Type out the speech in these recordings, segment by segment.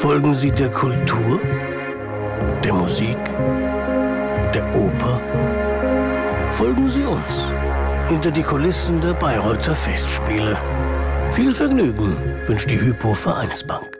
Folgen Sie der Kultur, der Musik, der Oper? Folgen Sie uns hinter die Kulissen der Bayreuther Festspiele. Viel Vergnügen wünscht die Hypo Vereinsbank.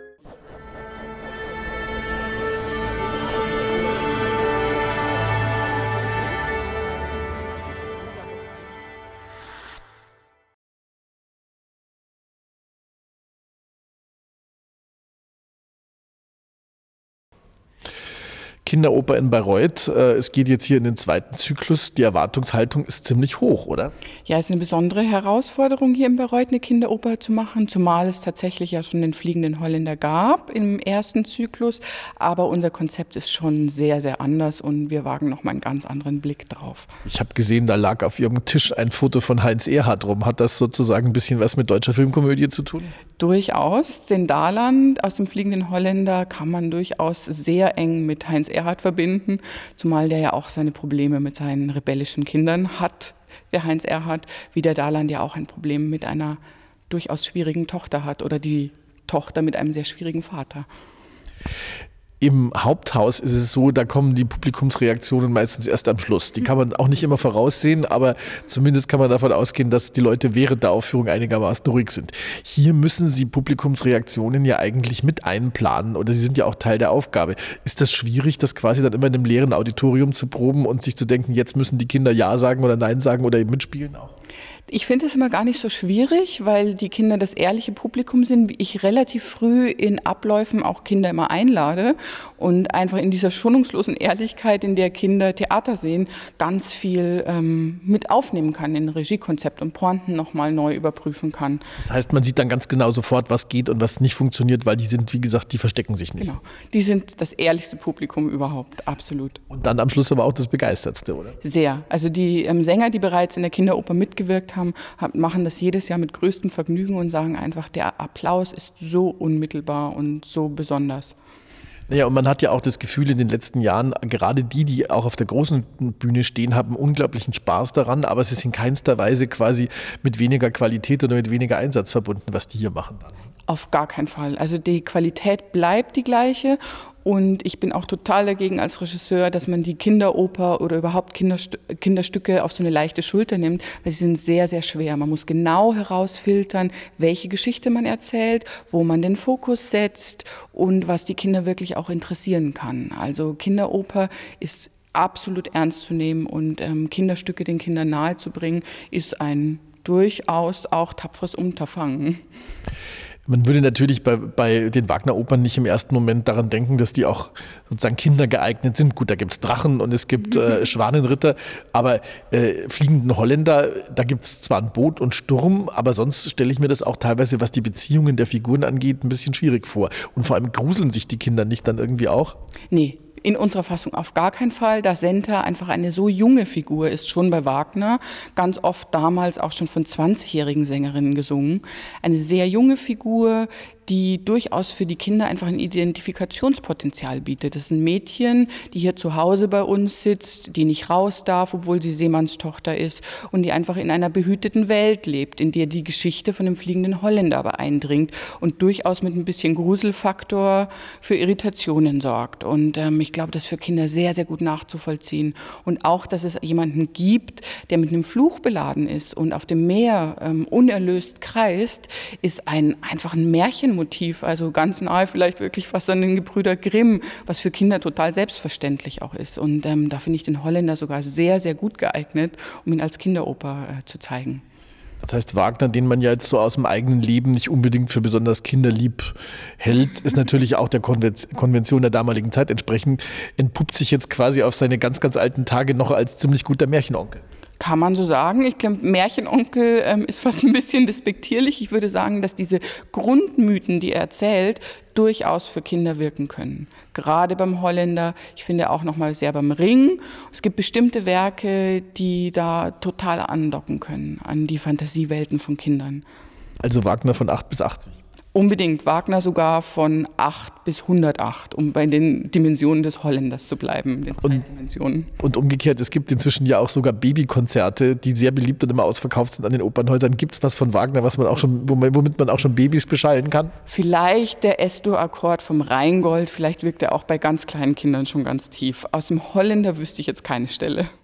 Kinderoper in Bayreuth. Es geht jetzt hier in den zweiten Zyklus. Die Erwartungshaltung ist ziemlich hoch, oder? Ja, es ist eine besondere Herausforderung, hier in Bayreuth eine Kinderoper zu machen, zumal es tatsächlich ja schon den Fliegenden Holländer gab im ersten Zyklus. Aber unser Konzept ist schon sehr, sehr anders und wir wagen noch mal einen ganz anderen Blick drauf. Ich habe gesehen, da lag auf Ihrem Tisch ein Foto von Heinz Erhardt rum. Hat das sozusagen ein bisschen was mit deutscher Filmkomödie zu tun? Durchaus. Den Daland aus dem Fliegenden Holländer kann man durchaus sehr eng mit Heinz Erhardt verbinden, zumal der ja auch seine Probleme mit seinen rebellischen Kindern hat, der Heinz Erhardt, wie der Daland ja auch ein Problem mit einer durchaus schwierigen Tochter hat oder die Tochter mit einem sehr schwierigen Vater. Im Haupthaus ist es so, da kommen die Publikumsreaktionen meistens erst am Schluss. Die kann man auch nicht immer voraussehen, aber zumindest kann man davon ausgehen, dass die Leute während der Aufführung einigermaßen ruhig sind. Hier müssen Sie Publikumsreaktionen ja eigentlich mit einplanen oder sie sind ja auch Teil der Aufgabe. Ist das schwierig, das quasi dann immer in einem leeren Auditorium zu proben und sich zu denken, jetzt müssen die Kinder Ja sagen oder Nein sagen oder eben mitspielen auch? Ich finde es immer gar nicht so schwierig, weil die Kinder das ehrliche Publikum sind, wie ich relativ früh in Abläufen auch Kinder immer einlade und einfach in dieser schonungslosen Ehrlichkeit, in der Kinder Theater sehen, ganz viel mit aufnehmen kann in Regiekonzept und Pointen nochmal neu überprüfen kann. Das heißt, man sieht dann ganz genau sofort, was geht und was nicht funktioniert, weil die sind, wie gesagt, die verstecken sich nicht. Genau, die sind das ehrlichste Publikum überhaupt, absolut. Und dann am Schluss aber auch das Begeistertste, oder? Sehr. Also die Sänger, die bereits in der Kinderoper mitgewirkt haben, machen das jedes Jahr mit größtem Vergnügen und sagen einfach, der Applaus ist so unmittelbar und so besonders. Naja, und man hat ja auch das Gefühl in den letzten Jahren, gerade die auch auf der großen Bühne stehen, haben unglaublichen Spaß daran, aber es ist in keinster Weise quasi mit weniger Qualität oder mit weniger Einsatz verbunden, was die hier machen. Auf gar keinen Fall. Also die Qualität bleibt die gleiche und ich bin auch total dagegen als Regisseur, dass man die Kinderoper oder überhaupt Kinderstücke auf so eine leichte Schulter nimmt, weil sie sind sehr, sehr schwer. Man muss genau herausfiltern, welche Geschichte man erzählt, wo man den Fokus setzt und was die Kinder wirklich auch interessieren kann. Also Kinderoper ist absolut ernst zu nehmen und Kinderstücke den Kindern nahezubringen, ist ein durchaus auch tapferes Unterfangen. Man würde natürlich bei den Wagner-Opern nicht im ersten Moment daran denken, dass die auch sozusagen kindergeeignet sind. Gut, da gibt es Drachen und es gibt Schwanenritter, aber Fliegenden Holländer, da gibt es zwar ein Boot und Sturm, aber sonst stelle ich mir das auch teilweise, was die Beziehungen der Figuren angeht, ein bisschen schwierig vor. Und vor allem gruseln sich die Kinder nicht dann irgendwie auch? Nee. In unserer Fassung auf gar keinen Fall, da Senta einfach eine so junge Figur ist, schon bei Wagner, ganz oft damals auch schon von 20-jährigen Sängerinnen gesungen. Eine sehr junge Figur, die durchaus für die Kinder einfach ein Identifikationspotenzial bietet. Das ist ein Mädchen, die hier zu Hause bei uns sitzt, die nicht raus darf, obwohl sie Seemannstochter ist und die einfach in einer behüteten Welt lebt, in der die Geschichte von dem Fliegenden Holländer aber eindringt und durchaus mit ein bisschen Gruselfaktor für Irritationen sorgt. Und ich glaube, das ist für Kinder sehr, sehr gut nachzuvollziehen. Und auch, dass es jemanden gibt, der mit einem Fluch beladen ist und auf dem Meer unerlöst kreist, ist einfach ein Märchenmotiv, also ganz nahe vielleicht wirklich fast an den Gebrüder Grimm, was für Kinder total selbstverständlich auch ist. Und da finde ich den Holländer sogar sehr, sehr gut geeignet, um ihn als Kinderoper zu zeigen. Das heißt, Wagner, den man ja jetzt so aus dem eigenen Leben nicht unbedingt für besonders kinderlieb hält, ist natürlich auch der Konvention der damaligen Zeit entsprechend, entpuppt sich jetzt quasi auf seine ganz, ganz alten Tage noch als ziemlich guter Märchenonkel. Kann man so sagen. Ich glaube, Märchenonkel ist fast ein bisschen despektierlich. Ich würde sagen, dass diese Grundmythen, die er erzählt, durchaus für Kinder wirken können. Gerade beim Holländer, ich finde auch nochmal sehr beim Ring. Es gibt bestimmte Werke, die da total andocken können an die Fantasiewelten von Kindern. Also Wagner von 8 bis 80. Unbedingt. Wagner sogar von 8 bis 108, um bei den Dimensionen des Holländers zu bleiben, den Zeitdimensionen. Und umgekehrt, es gibt inzwischen ja auch sogar Babykonzerte, die sehr beliebt und immer ausverkauft sind an den Opernhäusern. Gibt es was von Wagner, was man auch schon, womit man auch schon Babys beschallen kann? Vielleicht der Es-Dur-Akkord vom Rheingold, vielleicht wirkt er auch bei ganz kleinen Kindern schon ganz tief. Aus dem Holländer wüsste ich jetzt keine Stelle.